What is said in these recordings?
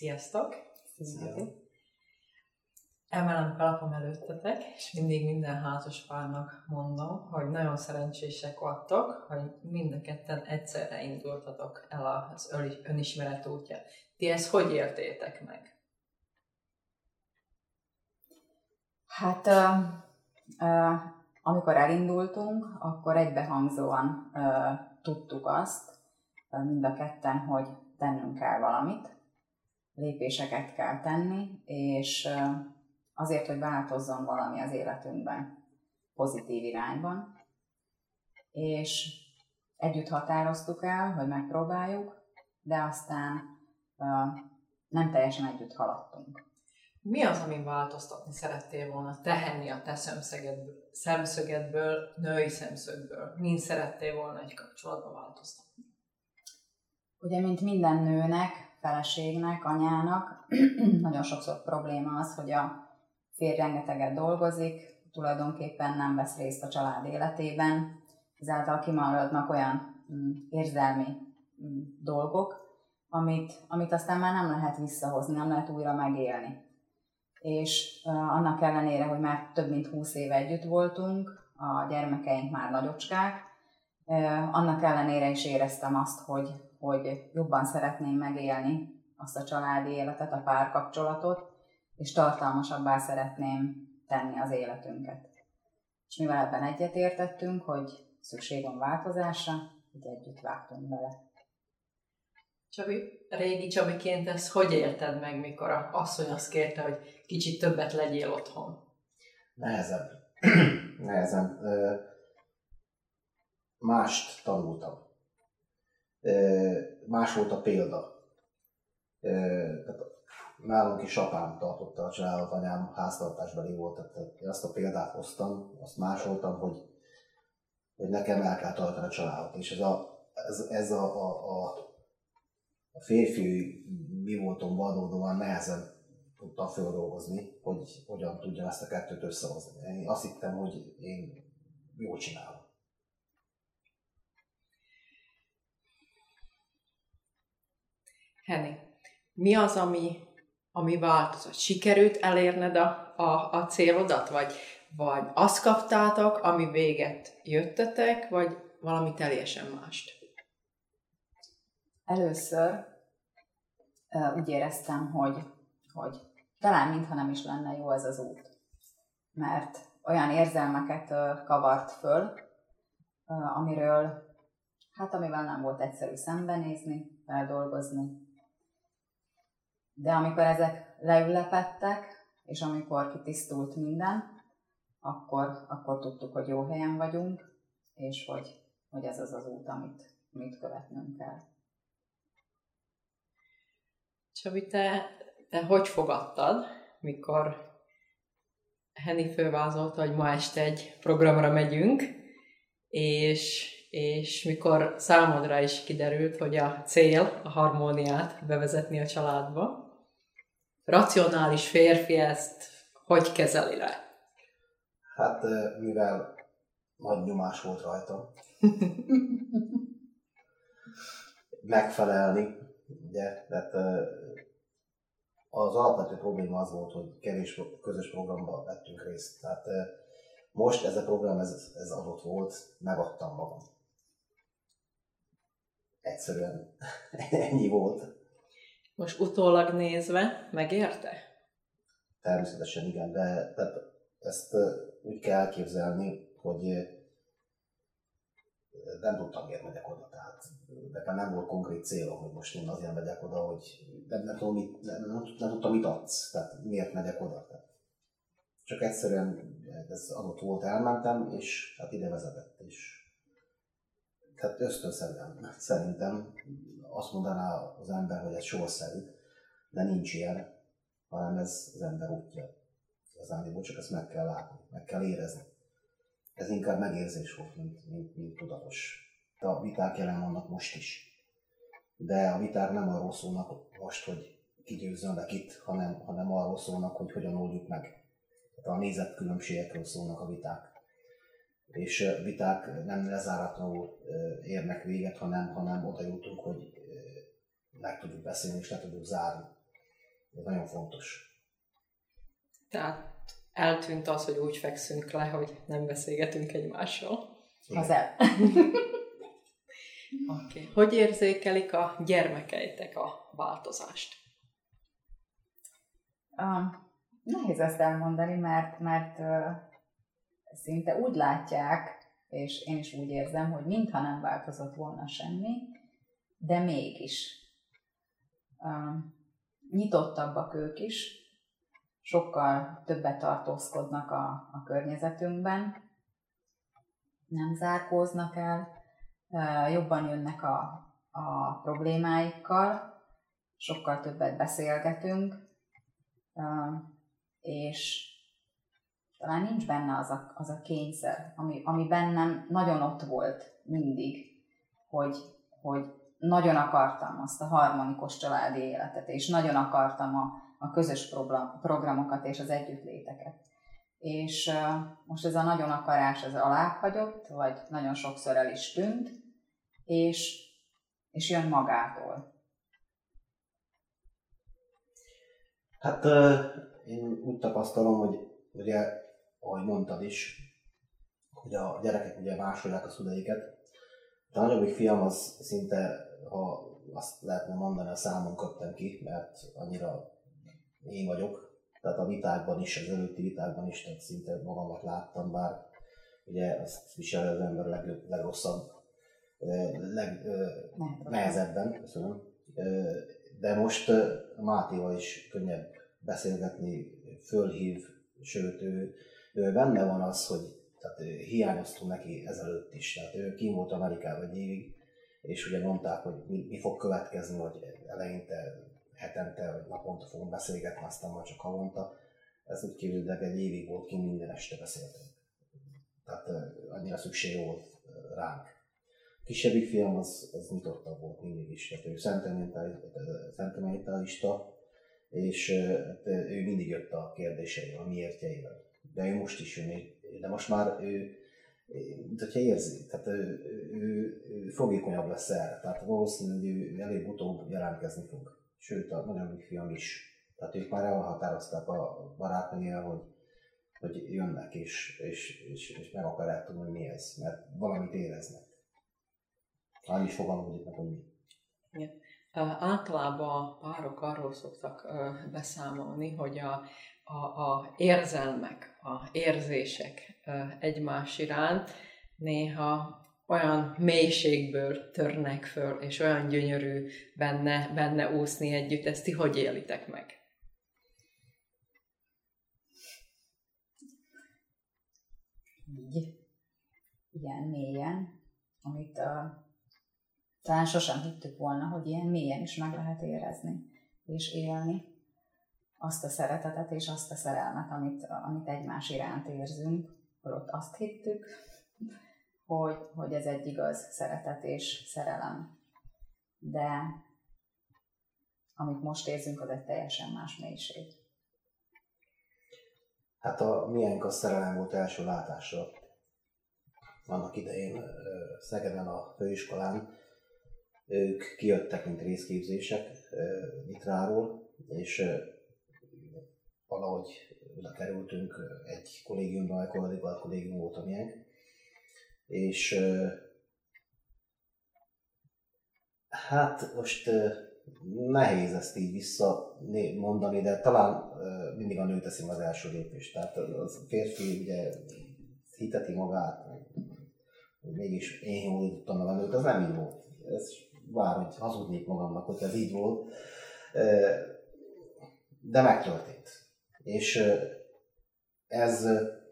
Sziasztok! Sziasztok! Emelem kalapom előttetek, és mindig minden házas párnak mondom, hogy nagyon szerencsések vagytok, hogy mind a ketten egyszerre indultatok el az önismeret útját. Ti ezt hogy éltétek meg? Hát amikor elindultunk, akkor egybehangzóan tudtuk azt mind a ketten, hogy tennünk kell valamit, lépéseket kell tenni, és azért, hogy változzon valami az életünkben pozitív irányban. És együtt határoztuk el, hogy megpróbáljuk, de aztán nem teljesen együtt haladtunk. Mi az, amin változtatni szerettél volna tehenni a te szemszögedből, női szemszögből? Min szerettél volna egy kapcsolatba változtatni? Ugye, mint minden nőnek, feleségnek, anyának, nagyon sokszor probléma az, hogy a férj rengeteget dolgozik, tulajdonképpen nem vesz részt a család életében, ezáltal kimaradnak olyan érzelmi dolgok, amit aztán már nem lehet visszahozni, nem lehet újra megélni. És annak ellenére, hogy már több mint 20 éve együtt voltunk, a gyermekeink már nagyocskák, annak ellenére is éreztem azt, hogy jobban szeretném megélni azt a családi életet, a párkapcsolatot, és tartalmasabbá szeretném tenni az életünket. És mivel ebben egyetértettünk, hogy szükség van változásra, így együtt vágtunk bele. Csabi, régi Csabiként ezt hogy élted meg, mikor a asszony azt kérte, hogy kicsit többet legyél otthon? Nehezebb. Mást tanultam. Más volt a példa. Nálunk is apám tartotta a családot, anyám háztartásbeli volt, tehát én azt a példát hoztam, azt másoltam, hogy nekem el kell tartani a családot. És ez a férfi mi voltam vadódóan nehezen tudtam földolgozni, hogy hogyan tudjam ezt a kettőt összehozni. Én azt hittem, hogy én jól csinálom. Henny, mi az, ami változott? Sikerült elérned a célodat? Vagy azt kaptátok, ami véget jöttetek, vagy valami teljesen mást? Először úgy éreztem, hogy talán mintha nem is lenne jó ez az út. Mert olyan érzelmeket kavart föl, amivel nem volt egyszerű szembenézni, feldolgozni. De amikor ezek leülepedtek, és amikor kitisztult minden, akkor tudtuk, hogy jó helyen vagyunk, és hogy ez az út, amit követnünk kell. Csabi, te hogy fogadtad, mikor Henny fölvázolta, hogy ma este egy programra megyünk, és mikor számodra is kiderült, hogy a cél a harmóniát bevezetni a családba, racionális férfi ezt hogy kezeli le? Hát mivel nagy nyomás volt rajtam, megfelelni, ugye, tehát az alapvető probléma az volt, hogy kevés közös programban vettünk részt. Tehát most ez a program, ez adott volt, megadtam magam. Egyszerűen ennyi volt. Most utólag nézve, megérte? Természetesen igen, de tehát ezt úgy kell elképzelni, hogy nem tudtam, miért megyek oda. Tehát nekem nem volt konkrét célom, hogy most én azért megyek oda, hogy nem tudtam, mit adsz, tehát miért megyek oda. Tehát csak egyszerűen ez adott volt, elmentem, és hát ide vezetett. És tehát ösztönszerűen szerintem azt mondaná az ember, hogy ez sorszerű, de nincs ilyen, hanem ez az ember útja. Igazán, csak ezt meg kell látni, meg kell érezni. Ez inkább megérzés volt, mint tudatos. A viták jelen vannak most is. De a viták nem arról szólnak most, hogy kigyőzzön le kit, hanem arról szólnak, hogy hogyan oldjuk meg. Tehát a nézetkülönbségekről szólnak a viták. És viták nem lezáratlanul érnek véget, hanem oda jutunk, hogy meg tudjuk beszélni és le tudjuk zárni. Ez nagyon fontos. Tehát eltűnt az, hogy úgy fekszünk le, hogy nem beszélgetünk egymással. Az el. Okay. Hogy érzékelik a gyermekeitek a változást? Nehéz ezt elmondani, mert szinte úgy látják, és én is úgy érzem, hogy mintha nem változott volna semmi, de mégis. Nyitottabbak ők is, sokkal többet tartózkodnak a környezetünkben, nem zárkóznak el, jobban jönnek a problémáikkal, sokkal többet beszélgetünk, és talán nincs benne az a kényszer, ami bennem nagyon ott volt mindig, hogy nagyon akartam azt a harmonikus családi életet, és nagyon akartam a közös programokat és az együttléteket. És most ez a nagyon akarás, ez alább hagyott, vagy nagyon sokszor el is tűnt, és jön magától. Hát én úgy tapasztalom, hogy ugye, ahogy mondtad is, hogy a gyerekek ugye másolják a szüleiket. De a nagyobbik fiam az szinte, ha azt lehetne mondani, a számon köptem ki, mert annyira én vagyok. Tehát a vitákban is, az előtti vitákban is, tehát szinte magamat láttam, bár ugye azt visel az ember legrosszabb, legnehezebben, köszönöm. De most Mátéval is könnyebb beszélgetni, fölhív, sőt ő benne van az, hogy tehát hiányoztunk neki ezelőtt is, tehát ő kim volt Amerikában egy évig, és ugye mondták, hogy mi fog következni, hogy eleinte hetente vagy naponta fogunk beszélgetni, aztán már csak havonta. Ez úgy képzeld, egy évig volt ki, minden este beszéltünk. Tehát annyira szükség volt ránk. A kisebbik fiam az nyitottabb volt mindig is, tehát ő szentimentalista, és ő mindig jött a kérdéseivel, a miértjeivel. De ő most is jön, de most már ő, mint hogyha érzi, tehát ő fogékonyabb lesz erre, tehát valószínűleg ő előbb-utóbb jelentkezni fog. Sőt, a nagyobbik fiam is. Tehát ők már elhatározták a barátnőjével, hogy jönnek és meg akarják tudni, hogy mi ez, mert valamit éreznek. Annyi is fogalmazik meg, hogy mi. Ja. Általában a párok arról szoktak beszámolni, hogy a érzelmek, a érzések egymás iránt néha olyan mélységből törnek föl, és olyan gyönyörű benne úszni együtt. Ezt ti hogy élitek meg? Így, ilyen mélyen, amit talán sosem hittük volna, hogy ilyen mélyen is meg lehet érezni és élni azt a szeretetet és azt a szerelmet, amit egymás iránt érzünk, holott azt hittük, hogy ez egy igaz szeretet és szerelem. De amit most érzünk, az egy teljesen más mélység. Hát a miénk a szerelem volt első látásra. Annak idején Szegeden a főiskolán ők kijöttek, mint részképzések Nyitráról, és valahogy oda kerültünk egy kollégiumba, egy kollégiumban kollégium volt a miénk, és hát most nehéz ezt így visszamondani, de talán mindig a nő teszi az első lépést. Tehát az férfi ugye hiteti magát, hogy mégis én jól tudtam a nőt, az nem így volt. Ez bár, hogy hazudnék magamnak, hogy ez így volt, de megtörtént. És ez,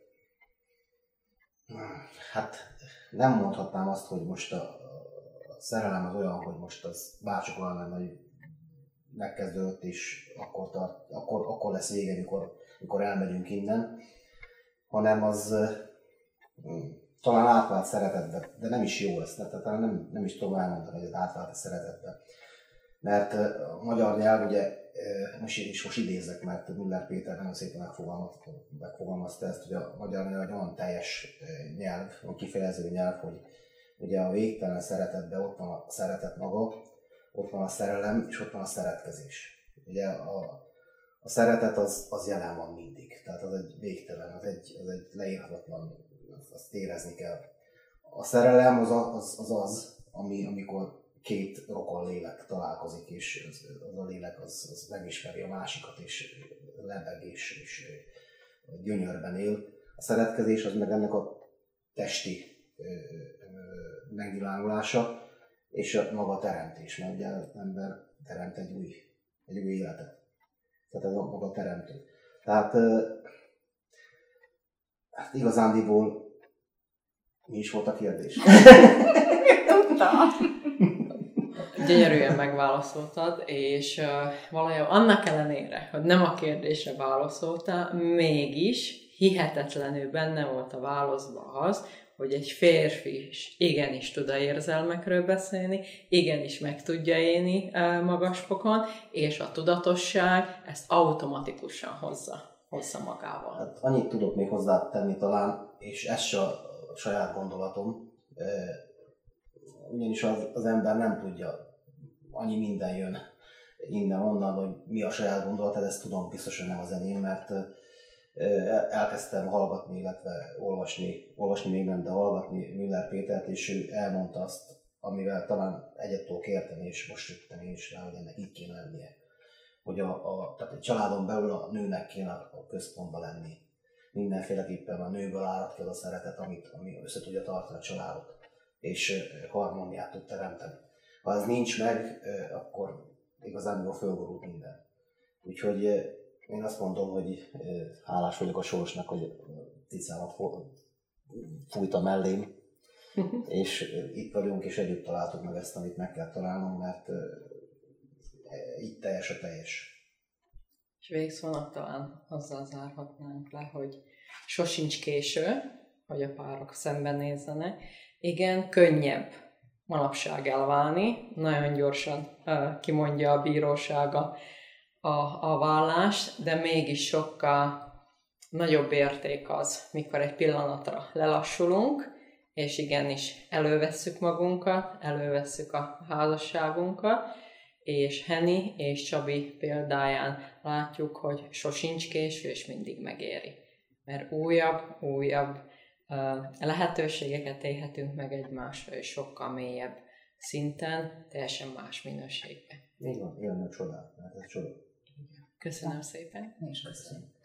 hát nem mondhatnám azt, hogy most a szerelem az olyan, hogy most az bárcsak olyan lenne, hogy megkezdődött és akkor lesz vége, mikor elmegyünk innen, hanem az talán átvált szeretetbe, de nem is jó ezt, tehát nem is tudom elmondani, hogy ez átvált a szeretetbe. Mert a magyar nyelv, ugye, most idézek, mert Müller Péter nagyon szépen megfogalmazta ezt, hogy a magyar nyelv egy olyan teljes nyelv, olyan kifejező nyelv, hogy ugye a végtelen szeretetben ott van a szeretet maga, ott van a szerelem, és ott van a szeretkezés. Ugye A szeretet az jelen van mindig, tehát az egy végtelen, az egy leírhatatlan, azt érezni kell. A szerelem az, amikor két rokon lélek találkozik, és az a lélek az megismeri a másikat, és lebeg, és gyönyörben él. A szeretkezés az meg ennek a testi megnyilvánulása, és a maga teremtés, mert ugye az ember teremt egy új életet. Tehát ez a maga teremtő. Tehát hát igazándiból mi is volt a kérdés? Tudtam. Gyönyörűen megválaszoltad, és valójában annak ellenére, hogy nem a kérdésre válaszoltál, mégis hihetetlenül benne volt a válaszban az, hogy egy férfi is igenis tud a érzelmekről beszélni, igenis meg tudja élni magas fokon, és a tudatosság ezt automatikusan hozza magával. Hát annyit tudok még hozzátenni talán, és ez se a saját gondolatom, ugyanis az ember nem tudja, annyi minden jön innen-onnan, hogy mi a saját gondolat, ezt tudom biztosan nem az enyém, mert elkezdtem hallgatni, illetve olvasni még nem, de hallgatni Müller Pétert, és ő elmondta azt, amivel talán egyet tudok érteni, és most jöttem én is rá, hogy ennek így kéne lennie. Hogy tehát egy családon belül a nőnek kéne a központban lenni. Mindenféleképpen a nőből árad ki az a szeretet, ami össze tudja tartani a családot, és harmóniát tud teremteni. Ha ez nincs meg, akkor igazán fölborult minden. Úgyhogy én azt mondom, hogy hálás vagyok a sorsnak, hogy cicámat fújta mellém, és itt vagyunk, és együtt találtuk meg ezt, amit meg kell találnunk, mert így teljes a teljes. És végszónak talán azzal zárhatnánk le, hogy sosincs késő, hogy a párok szembenézzenek. Igen, könnyebb manapság elválni, nagyon gyorsan kimondja a bíróság a vállást, de mégis sokkal nagyobb érték az, mikor egy pillanatra lelassulunk, és igenis elővesszük magunkat, elővesszük a házasságunkat, és Henny és Csabi példáján látjuk, hogy sosincs késő, és mindig megéri. Mert újabb lehetőségeket élhetünk meg egymásra, és sokkal mélyebb szinten, teljesen más minőségben. Így van, jönnek csodák, mert ez csoda. Köszönöm szépen. Én is köszönöm.